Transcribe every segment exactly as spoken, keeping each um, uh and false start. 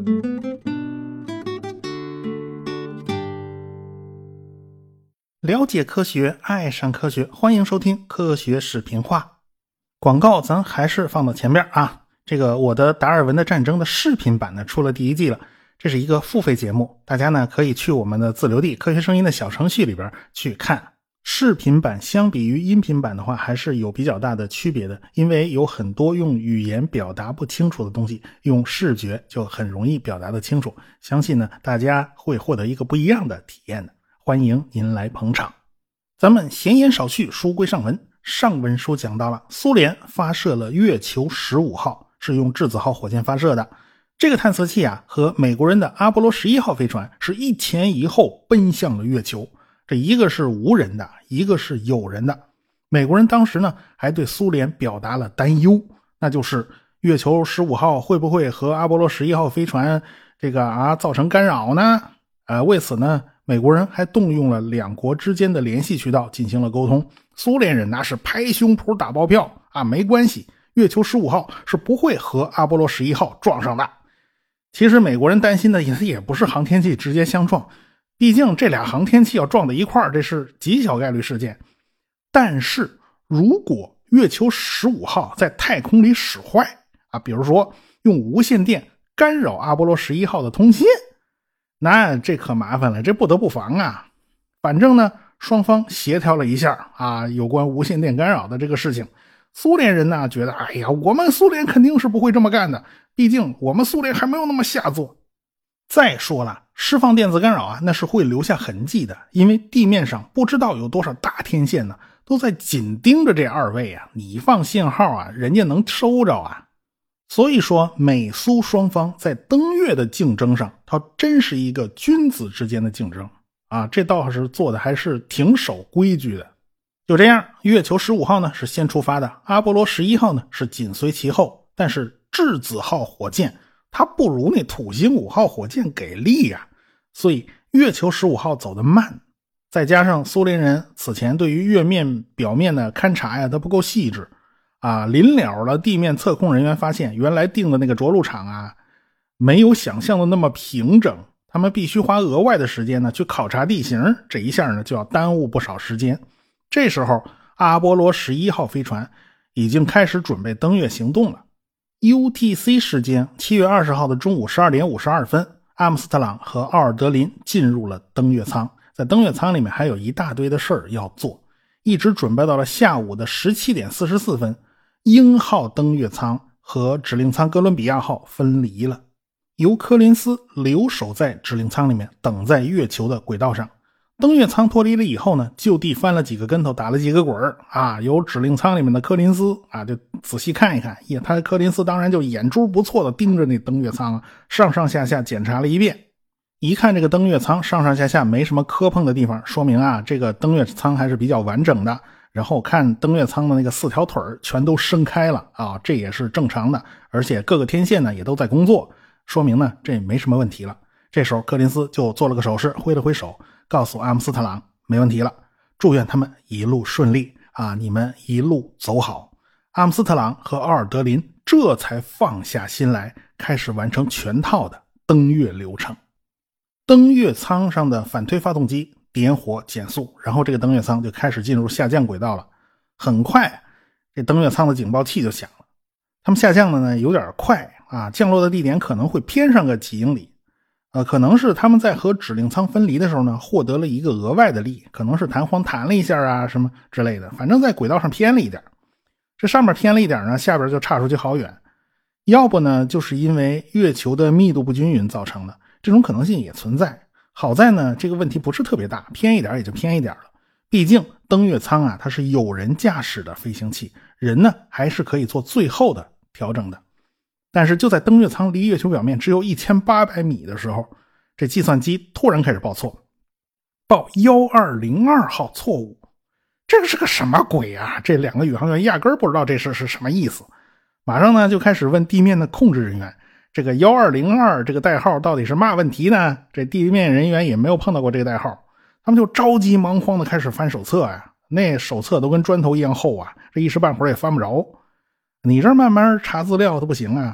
了解科学，爱上科学，欢迎收听科学视频化。广告咱还是放到前边啊。这个我的达尔文的战争的视频版呢出了第一季了，这是一个付费节目，大家呢可以去我们的自留地科学声音的小程序里边去看。视频版相比于音频版的话还是有比较大的区别的，因为有很多用语言表达不清楚的东西，用视觉就很容易表达得清楚，相信呢大家会获得一个不一样的体验的，欢迎您来捧场。咱们闲言少叙，书归上文。上文书讲到了苏联发射了月球十五号，是用质子号火箭发射的。这个探测器啊和美国人的阿波罗十一号飞船是一前一后奔向了月球，这一个是无人的，一个是有人的。美国人当时呢还对苏联表达了担忧，那就是月球十五号会不会和阿波罗十一号飞船这个啊造成干扰呢？呃，为此呢美国人还动用了两国之间的联系渠道进行了沟通。苏联人那是拍胸脯打包票啊，没关系，月球十五号是不会和阿波罗十一号撞上的。其实美国人担心的也不是航天器直接相撞，毕竟这俩航天器要撞在一块儿，这是极小概率事件。但是如果月球十五号在太空里使坏啊，比如说用无线电干扰阿波罗十一号的通信，那这可麻烦了，这不得不防啊。反正呢双方协调了一下啊，有关无线电干扰的这个事情。苏联人呢觉得哎呀，我们苏联肯定是不会这么干的，毕竟我们苏联还没有那么下作。再说了，释放电子干扰啊那是会留下痕迹的，因为地面上不知道有多少大天线呢都在紧盯着这二位啊，你放信号啊人家能收着啊。所以说美苏双方在登月的竞争上，它真是一个君子之间的竞争啊，这倒是做的还是挺守规矩的。就这样，月球十五号呢是先出发的，阿波罗十一号呢是紧随其后，但是质子号火箭它不如那土星五号火箭给力啊，所以月球十五号走得慢。再加上苏联人此前对于月面表面的勘察呀，它不够细致啊，临了了地面测控人员发现原来定的那个着陆场啊没有想象的那么平整，他们必须花额外的时间呢去考察地形，这一下呢就要耽误不少时间。这时候阿波罗十一号飞船已经开始准备登月行动了。 U T C 时间七月二十号的中午十二点五十二分，阿姆斯特朗和奥尔德林进入了登月舱。在登月舱里面还有一大堆的事儿要做，一直准备到了下午的十七点四十四分，鹰号登月舱和指令舱哥伦比亚号分离了，由柯林斯留守在指令舱里面，等在月球的轨道上。登月舱脱离了以后呢，就地翻了几个跟头，打了几个滚儿啊！由指令舱里面的柯林斯啊，就仔细看一看，也他柯林斯当然就眼珠不错的盯着那登月舱啊，上上下下检查了一遍。一看这个登月舱上上下下没什么磕碰的地方，说明啊，这个登月舱还是比较完整的。然后看登月舱的那个四条腿全都伸开了啊，这也是正常的，而且各个天线呢也都在工作，说明呢这没什么问题了。这时候柯林斯就做了个手势，挥了挥手，告诉阿姆斯特朗没问题了，祝愿他们一路顺利啊，你们一路走好。阿姆斯特朗和奥尔德林这才放下心来，开始完成全套的登月流程。登月舱上的反推发动机点火减速，然后这个登月舱就开始进入下降轨道了。很快这登月舱的警报器就响了，他们下降的呢有点快啊，降落的地点可能会偏上个几英里。呃，可能是他们在和指令舱分离的时候呢，获得了一个额外的力，可能是弹簧弹了一下啊什么之类的，反正在轨道上偏了一点。这上面偏了一点呢，下边就差出去好远。要不呢就是因为月球的密度不均匀造成的，这种可能性也存在。好在呢这个问题不是特别大，偏一点也就偏一点了。毕竟登月舱啊它是有人驾驶的飞行器，人呢还是可以做最后的调整的。但是就在登月舱离月球表面只有一千八百米的时候，这计算机突然开始报错，报一二零二号错误。这个是个什么鬼啊？这两个宇航员压根儿不知道这事是什么意思。马上呢就开始问地面的控制人员，这个一二零二这个代号到底是嘛问题呢？这地面人员也没有碰到过这个代号，他们就着急忙慌的开始翻手册呀，那手册都跟砖头一样厚啊，这一时半会儿也翻不着。你这慢慢查资料都不行啊，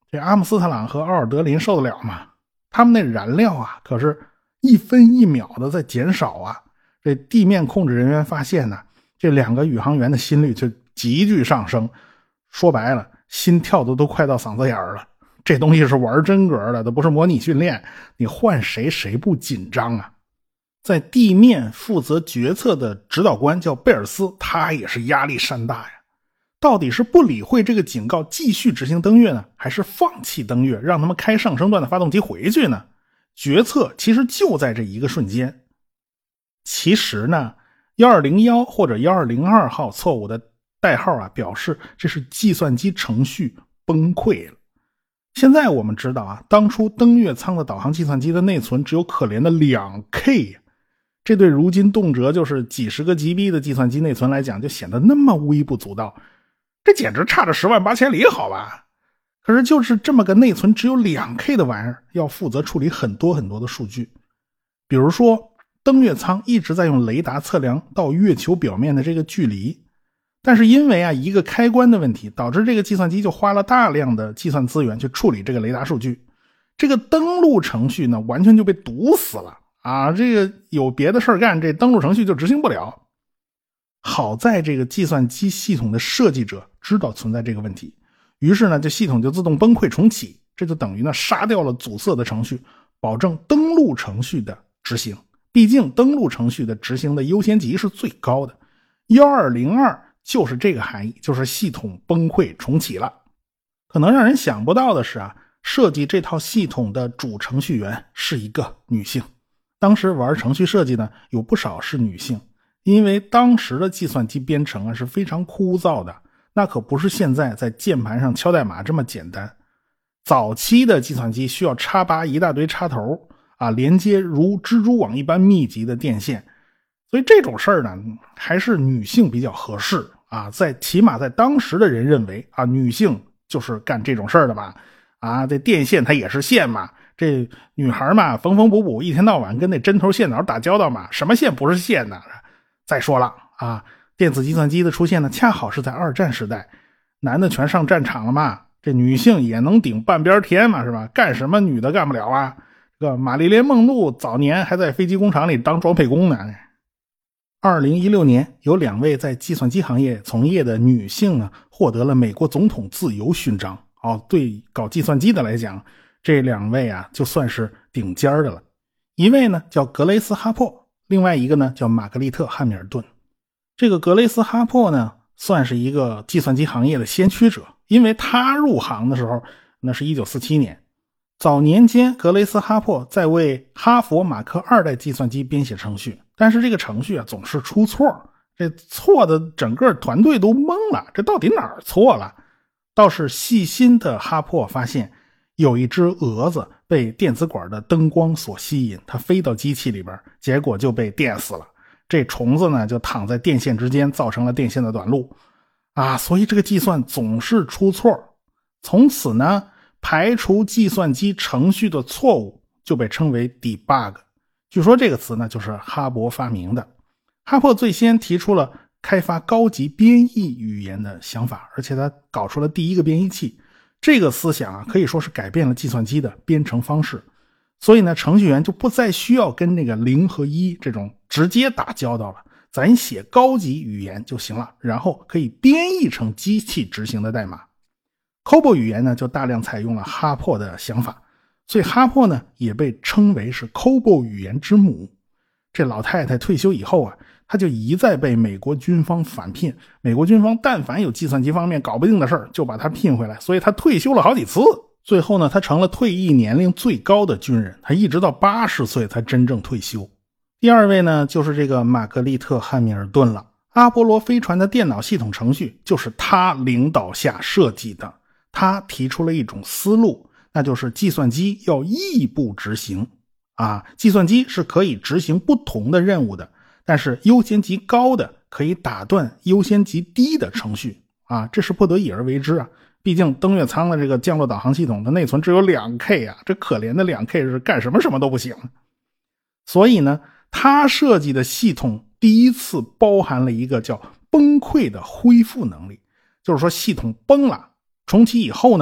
这阿姆斯特朗和奥尔德林受得了吗？他们那燃料啊，可是一分一秒的在减少啊。这地面控制人员发现呢，这两个宇航员的心率就急剧上升，说白了，心跳的都快到嗓子眼儿了。这东西是玩真格的，都不是模拟训练，你换谁谁不紧张啊？在地面负责决策的指导官叫贝尔斯，他也是压力山大呀。到底是不理会这个警告继续执行登月呢，还是放弃登月让他们开上升段的发动机回去呢？决策其实就在这一个瞬间。其实呢一二零一或者一二零二号错误的代号啊，表示这是计算机程序崩溃了。现在我们知道啊，当初登月舱的导航计算机的内存只有可怜的 两 K， 这对如今动辄就是几十个 G B 的计算机内存来讲就显得那么微不足道，这简直差着十万八千里好吧。可是就是这么个内存只有 两 K 的玩意儿，要负责处理很多很多的数据。比如说登月舱一直在用雷达测量到月球表面的这个距离，但是因为啊一个开关的问题，导致这个计算机就花了大量的计算资源去处理这个雷达数据，这个登录程序呢完全就被堵死了啊！这个有别的事干，这登录程序就执行不了。好在这个计算机系统的设计者知道存在这个问题，于是呢这系统就自动崩溃重启，这就等于呢杀掉了阻塞的程序，保证登录程序的执行。毕竟登录程序的执行的优先级是最高的，一二零二就是这个含义，就是系统崩溃重启了。可能让人想不到的是啊，设计这套系统的主程序员是一个女性。当时玩程序设计呢，有不少是女性，因为当时的计算机编程啊是非常枯燥的，那可不是现在在键盘上敲代码这么简单。早期的计算机需要插拔一大堆插头啊，连接如蜘蛛网一般密集的电线，所以这种事儿呢，还是女性比较合适啊。在起码在当时的人认为啊，女性就是干这种事儿的嘛，啊，这电线它也是线嘛，这女孩嘛，缝缝补补，一天到晚跟那针头线脑打交道嘛，什么线不是线呢？再说了啊，电子计算机的出现呢，恰好是在二战时代，男的全上战场了嘛，这女性也能顶半边天嘛，是吧？干什么女的干不了啊？这个玛丽莲梦露早年还在飞机工厂里当装配工呢。二零一六年，有两位在计算机行业从业的女性呢，获得了美国总统自由勋章。哦，对搞计算机的来讲，这两位啊就算是顶尖的了。一位呢叫格雷斯哈珀，另外一个呢叫玛格丽特汉密尔顿。这个格雷斯哈珀呢算是一个计算机行业的先驱者，因为他入行的时候那是一九四七年。早年间格雷斯哈珀在为哈佛马克二代计算机编写程序，但是这个程序啊总是出错，这错的整个团队都懵了，这到底哪儿错了？倒是细心的哈珀发现有一只蛾子被电子管的灯光所吸引，它飞到机器里边，结果就被电死了。这虫子呢就躺在电线之间，造成了电线的短路啊，所以这个计算总是出错。从此呢排除计算机程序的错误就被称为 debug。 据说这个词呢就是哈勃发明的。哈珀最先提出了开发高级编译语言的想法，而且他搞出了第一个编译器。这个思想啊可以说是改变了计算机的编程方式。所以呢程序员就不再需要跟那个零和一这种直接打交道了，咱写高级语言就行了，然后可以编译成机器执行的代码。C O B O 语言呢就大量采用了哈珀的想法，所以哈珀呢也被称为是 C O B O 语言之母。这老太太退休以后啊，她就一再被美国军方返聘，美国军方但凡有计算机方面搞不定的事儿就把她聘回来，所以她退休了好几次。最后呢她成了退役年龄最高的军人，她一直到八十岁才真正退休。第二位呢就是这个玛格丽特汉密尔顿了。阿波罗飞船的电脑系统程序就是她领导下设计的。他提出了一种思路，那就是计算机要异步执行啊，计算机是可以执行不同的任务的，但是优先级高的可以打断优先级低的程序啊，这是不得已而为之啊。毕竟登月舱的这个降落导航系统的内存只有 两 K 啊，这可怜的 两 K 是干什么什么都不行。所以呢，他设计的系统第一次包含了一个叫崩溃的恢复能力，就是说系统崩了重启以后呢，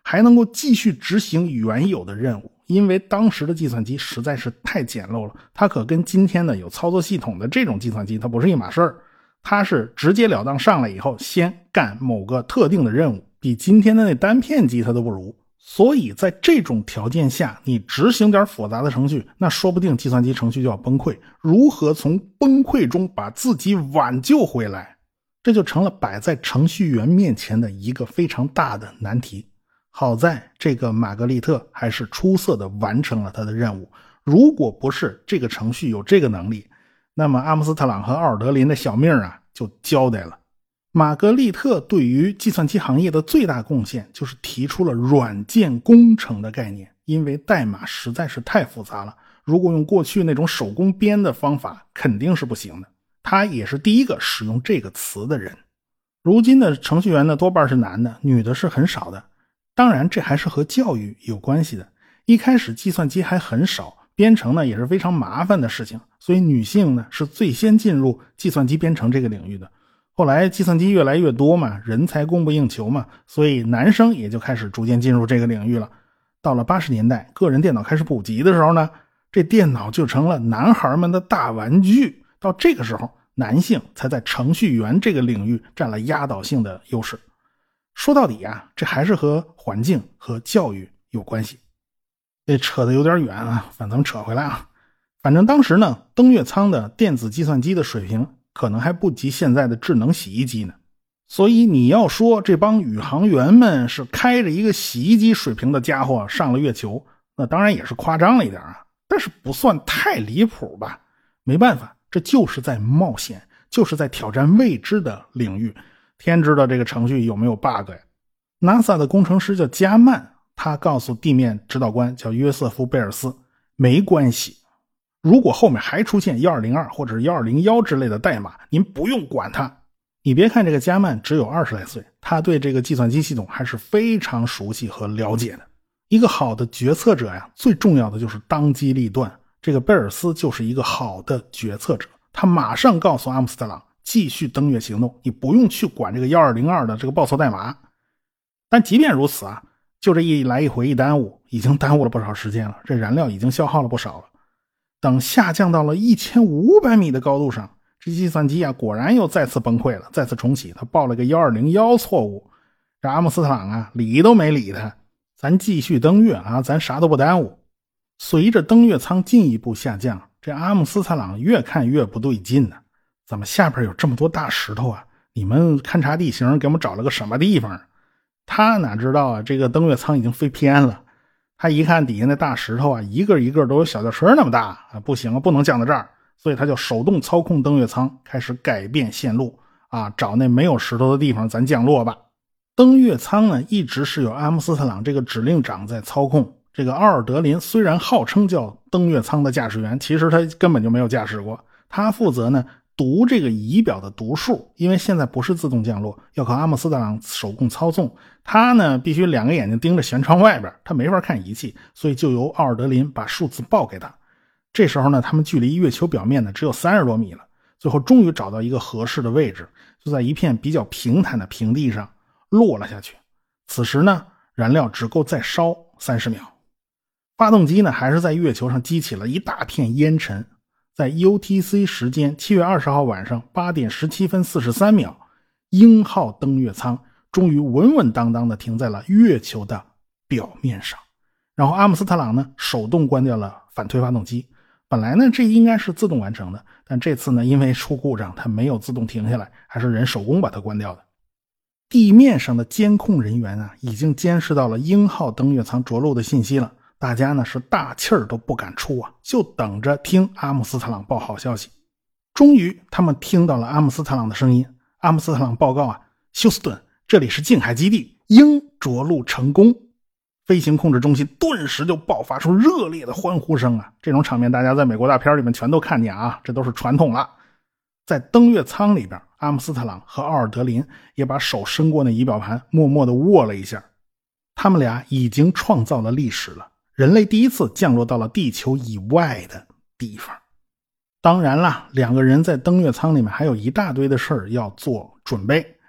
还能够继续执行原有的任务。因为当时的计算机实在是太简陋了，它可跟今天的有操作系统的这种计算机它不是一码事儿，它是直截了当上来以后先干某个特定的任务，比今天的那单片机它都不如。所以在这种条件下，你执行点复杂的程序，那说不定计算机程序就要崩溃。如何从崩溃中把自己挽救回来，这就成了摆在程序员面前的一个非常大的难题。好在这个玛格丽特还是出色的完成了他的任务，如果不是这个程序有这个能力，那么阿姆斯特朗和奥尔德林的小命啊就交代了。玛格丽特对于计算机行业的最大贡献就是提出了软件工程的概念，因为代码实在是太复杂了，如果用过去那种手工编的方法肯定是不行的。他也是第一个使用这个词的人。如今的程序员呢多半是男的，女的是很少的。当然这还是和教育有关系的，一开始计算机还很少，编程呢也是非常麻烦的事情，所以女性呢是最先进入计算机编程这个领域的。后来计算机越来越多嘛，人才供不应求嘛，所以男生也就开始逐渐进入这个领域了。到了八十年代，个人电脑开始普及的时候呢，这电脑就成了男孩们的大玩具。到这个时候，男性才在程序员这个领域占了压倒性的优势。说到底啊，这还是和环境和教育有关系。这扯得有点远啊，反正咱们扯回来啊。反正当时呢，登月舱的电子计算机的水平可能还不及现在的智能洗衣机呢。所以你要说这帮宇航员们是开着一个洗衣机水平的家伙上了月球，那当然也是夸张了一点啊，但是不算太离谱吧。没办法，这就是在冒险，就是在挑战未知的领域。天知道这个程序有没有 bug 呀。 NASA 的工程师叫加曼，他告诉地面指导官叫约瑟夫贝尔斯，没关系，如果后面还出现一二零二或者是一二零一之类的代码，您不用管它。你别看这个加曼只有二十来岁，他对这个计算机系统还是非常熟悉和了解的。一个好的决策者呀，最重要的就是当机立断。这个贝尔斯就是一个好的决策者，他马上告诉阿姆斯特朗继续登月行动，你不用去管这个一二零二的这个报错代码。但即便如此啊，就这一来一回一耽误，已经耽误了不少时间了，这燃料已经消耗了不少了。等下降到了一千五百米的高度上，这计算机啊果然又再次崩溃了，再次重启，他报了个一二零一错误。这阿姆斯特朗啊理都没理他，咱继续登月啊，咱啥都不耽误。随着登月舱进一步下降，这阿姆斯特朗越看越不对劲呢。怎么下边有这么多大石头啊？你们勘察地形给我们找了个什么地方？他哪知道啊，这个登月舱已经飞偏了。他一看底下那大石头啊，一个一个都有小轿车那么大啊，不行啊，不能降到这儿。所以他就手动操控登月舱，开始改变线路啊，找那没有石头的地方咱降落吧。登月舱呢，一直是由阿姆斯特朗这个指令长在操控。这个奥尔德林虽然号称叫登月舱的驾驶员，其实他根本就没有驾驶过。他负责呢读这个仪表的读数，因为现在不是自动降落，要靠阿姆斯特朗手工操纵。他呢必须两个眼睛盯着舷窗外边，他没法看仪器，所以就由奥尔德林把数字报给他。这时候呢，他们距离月球表面呢只有三十多米了，最后终于找到一个合适的位置，就在一片比较平坦的平地上落了下去。此时呢，燃料只够再烧三十秒。发动机呢还是在月球上激起了一大片烟尘。在 U T C 时间七月二十号晚上八点十七分四十三秒，鹰号登月舱终于稳稳当当地停在了月球的表面上。然后阿姆斯特朗呢手动关掉了反推发动机。本来呢这应该是自动完成的，但这次呢因为出故障，它没有自动停下来，还是人手工把它关掉的。地面上的监控人员啊已经监视到了鹰号登月舱着陆的信息了。大家呢是大气儿都不敢出啊，就等着听阿姆斯特朗报好消息。终于他们听到了阿姆斯特朗的声音。阿姆斯特朗报告啊，休斯顿，这里是近海基地，鹰着陆成功。飞行控制中心顿时就爆发出热烈的欢呼声啊！这种场面大家在美国大片里面全都看见啊，这都是传统了。在登月舱里边，阿姆斯特朗和奥尔德林也把手伸过那仪表盘，默默地握了一下。他们俩已经创造了历史了。人类第一次降落到了地球以外的地方。当然啦，两个人在登月舱里面还有一大堆的事儿要做准备。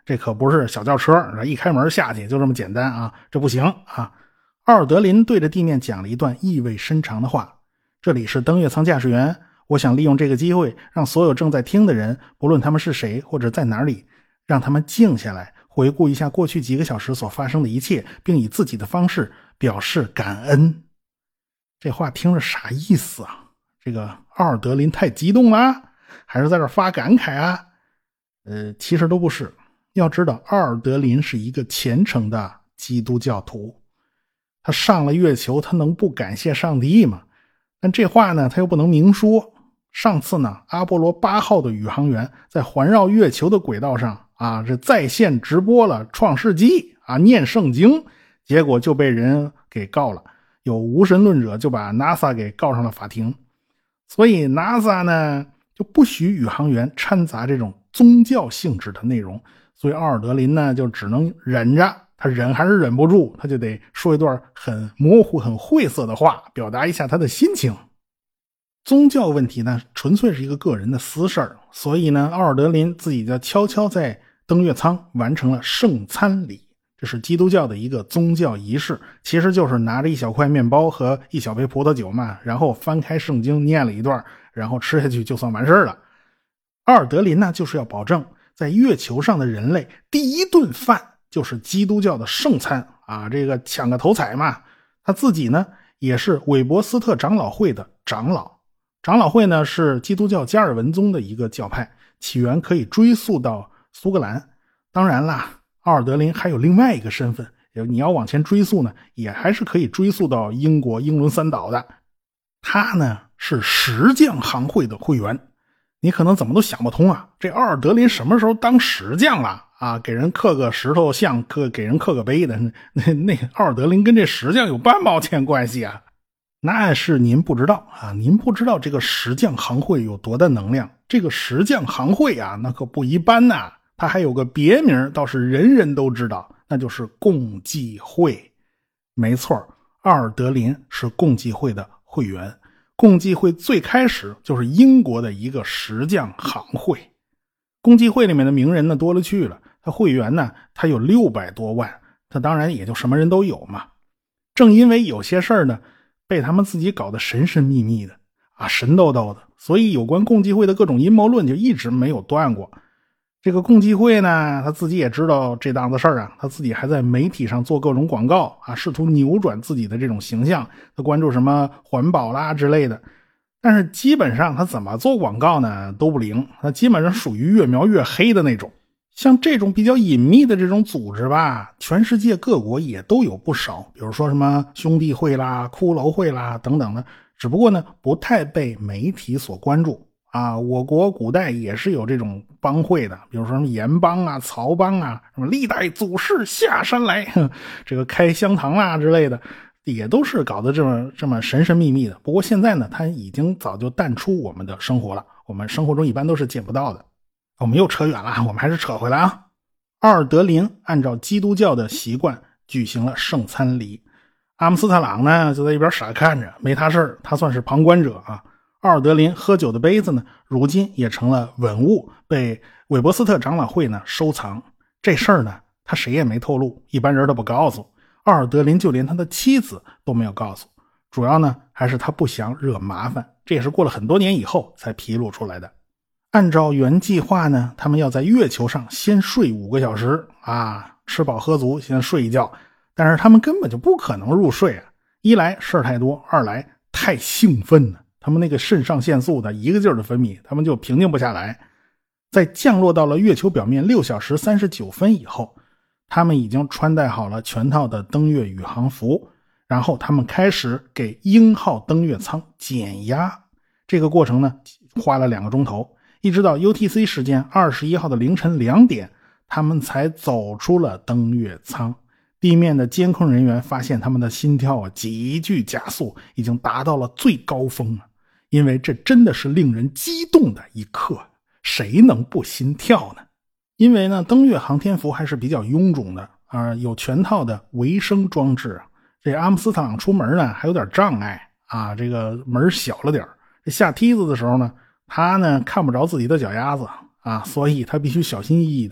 这可不是小轿车，一开门下去就这么简单啊，这不行啊。奥尔德林对着地面讲了一段意味深长的话：这里是登月舱驾驶员，我想利用这个机会让所有正在听的人，不论他们是谁或者在哪里，让他们静下来，回顾一下过去几个小时所发生的一切，并以自己的方式表示感恩。这话听着啥意思啊？这个奥尔德林太激动了，还是在这发感慨啊？呃，其实都不是。要知道奥尔德林是一个虔诚的基督教徒，他上了月球，他能不感谢上帝吗？但这话呢，他又不能明说。上次呢，阿波罗八号的宇航员在环绕月球的轨道上啊，这在线直播了创世纪啊，念圣经，结果就被人给告了。有无神论者就把 NASA 给告上了法庭。所以 NASA 呢，就不许宇航员掺杂这种宗教性质的内容。所以奥尔德林呢，就只能忍着，他忍还是忍不住，他就得说一段很模糊很晦涩的话，表达一下他的心情。宗教问题呢，纯粹是一个个人的私事儿，所以呢，奥尔德林自己就悄悄在登月舱完成了圣餐礼。这是基督教的一个宗教仪式，其实就是拿着一小块面包和一小杯葡萄酒嘛，然后翻开圣经念了一段，然后吃下去就算完事了。奥尔德林呢，就是要保证在月球上的人类第一顿饭就是基督教的圣餐啊，这个抢个头彩嘛。他自己呢，也是韦伯斯特长老会的长老。长老会呢，是基督教加尔文宗的一个教派，起源可以追溯到苏格兰。当然啦，奥尔德林还有另外一个身份，你要往前追溯呢，也还是可以追溯到英国英伦三岛的。他呢，是石匠行会的会员。你可能怎么都想不通啊，这奥尔德林什么时候当石匠了啊？给人刻个石头像，刻给人刻个碑的，那那奥尔德林跟这石匠有半毛钱关系啊？那是您不知道啊，您不知道这个石匠行会有多大能量。这个石匠行会啊，那可不一般呐、啊，它还有个别名，倒是人人都知道，那就是共济会。没错，奥尔德林是共济会的会员。共济会最开始就是英国的一个石匠行会。共济会里面的名人呢多了去了，他会员呢他有六百多万，他当然也就什么人都有嘛。正因为有些事儿呢被他们自己搞得神神秘秘的啊，神叨叨的，所以有关共济会的各种阴谋论就一直没有断过。这个共济会呢，他自己也知道这档子事儿啊，他自己还在媒体上做各种广告啊，试图扭转自己的这种形象。他关注什么环保啦之类的，但是基本上他怎么做广告呢都不灵，他基本上属于越描越黑的那种。像这种比较隐秘的这种组织吧，全世界各国也都有不少，比如说什么兄弟会啦、骷髅会啦等等的，只不过呢不太被媒体所关注。啊，我国古代也是有这种帮会的，比如说什么盐帮啊、曹帮啊，什么历代祖师下山来，这个开香堂啊之类的，也都是搞得这么这么神神秘秘的。不过现在呢，它已经早就淡出我们的生活了，我们生活中一般都是见不到的。我们又扯远了，我们还是扯回来啊。奥尔德林按照基督教的习惯举行了圣餐礼，阿姆斯特朗呢就在一边傻看着，没他事儿，他算是旁观者啊。奥尔德林喝酒的杯子呢，如今也成了文物，被韦伯斯特长老会呢收藏。这事儿呢，他谁也没透露，一般人都不告诉。奥尔德林就连他的妻子都没有告诉，主要呢还是他不想惹麻烦，这也是过了很多年以后才披露出来的。按照原计划呢，他们要在月球上先睡五个小时啊，吃饱喝足先睡一觉，但是他们根本就不可能入睡啊！一来事儿太多，二来太兴奋了。他们那个肾上腺素的一个劲儿的分泌，他们就平静不下来。在降落到了月球表面六小时三十九分以后，他们已经穿戴好了全套的登月宇航服，然后他们开始给鹰号登月舱减压。这个过程呢，花了两个钟头，一直到 U T C 时间二十一号的凌晨两点，他们才走出了登月舱。地面的监控人员发现他们的心跳啊急剧加速，已经达到了最高峰了。因为这真的是令人激动的一刻，谁能不心跳呢？因为呢，登月航天服还是比较臃肿的啊，有全套的维生装置。这阿姆斯特朗出门呢还有点障碍啊，这个门小了点，这下梯子的时候呢，他呢看不着自己的脚丫子啊，所以他必须小心翼翼的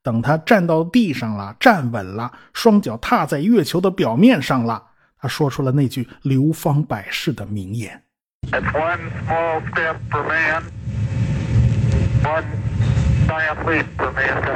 等他站到地上了，站稳了，双脚踏在月球的表面上了，他说出了那句流芳百世的名言。 It's one small step for man, one giant leap for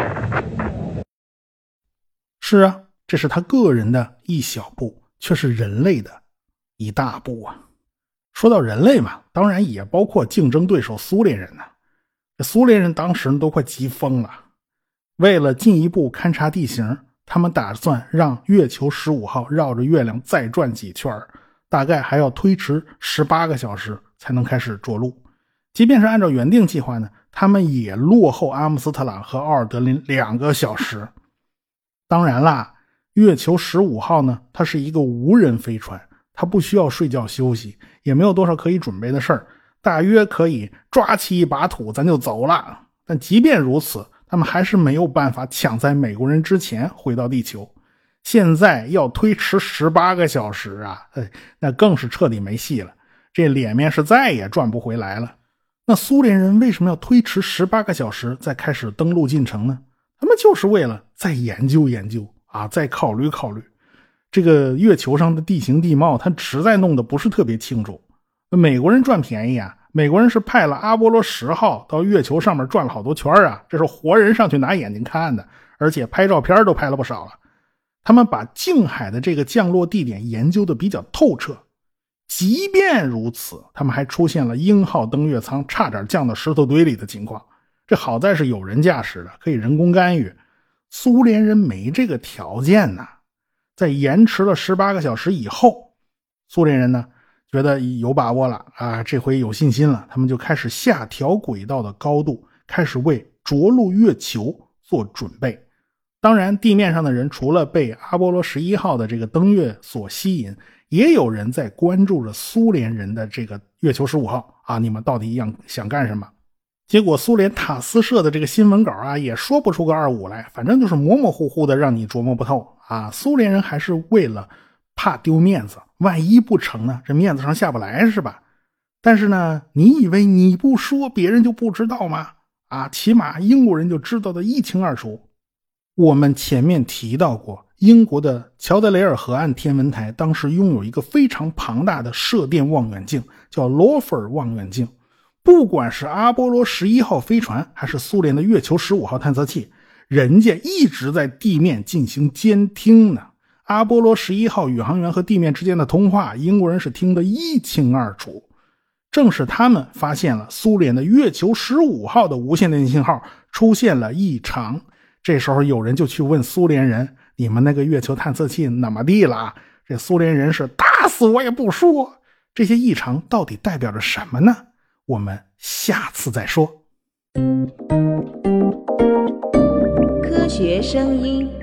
mankind. 是啊，这是他个人的一小步，却是人类的一大步啊。说到人类嘛，当然也包括竞争对手苏联人呢、啊。这苏联人当时都快急疯了，为了进一步勘察地形，他们打算让月球十五号绕着月亮再转几圈，大概还要推迟十八个小时才能开始着陆。即便是按照原定计划呢，他们也落后阿姆斯特朗和奥尔德林两个小时。当然啦，月球十五号呢，它是一个无人飞船，它不需要睡觉休息，也没有多少可以准备的事儿，大约可以抓起一把土咱就走了。但即便如此，他们还是没有办法抢在美国人之前回到地球。现在要推迟十八个小时啊，那更是彻底没戏了，这脸面是再也赚不回来了。那苏联人为什么要推迟十八个小时再开始登陆进程呢？他们就是为了再研究研究啊，再考虑考虑。这个月球上的地形地貌，他实在弄得不是特别清楚。美国人赚便宜啊，美国人是派了阿波罗十号到月球上面转了好多圈啊，这是活人上去拿眼睛看的，而且拍照片都拍了不少了。他们把近海的这个降落地点研究的比较透彻。即便如此，他们还出现了鹰号登月舱差点降到石头堆里的情况。这好在是有人驾驶的，可以人工干预。苏联人没这个条件呢。在延迟了十八个小时以后，苏联人呢觉得有把握了啊，这回有信心了，他们就开始下调轨道的高度，开始为着陆月球做准备。当然地面上的人除了被阿波罗十一号的这个登月所吸引，也有人在关注着苏联人的这个月球十五号啊，你们到底想干什么？结果苏联塔斯社的这个新闻稿啊，也说不出个二五来，反正就是模模糊糊的，让你琢磨不透啊。苏联人还是为了怕丢面子，万一不成呢，这面子上下不来是吧？但是呢，你以为你不说别人就不知道吗？啊，起码英国人就知道的一清二楚。我们前面提到过，英国的乔德雷尔河岸天文台当时拥有一个非常庞大的射电望远镜，叫罗弗尔望远镜。不管是阿波罗十一号飞船还是苏联的月球十五号探测器，人家一直在地面进行监听呢。阿波罗十一号宇航员和地面之间的通话，英国人是听得一清二楚。正是他们发现了苏联的月球十五号的无线电信号出现了异常。这时候有人就去问苏联人，你们那个月球探测器怎么地了？这苏联人是打死我也不说。这些异常到底代表着什么呢？我们下次再说。 科学声音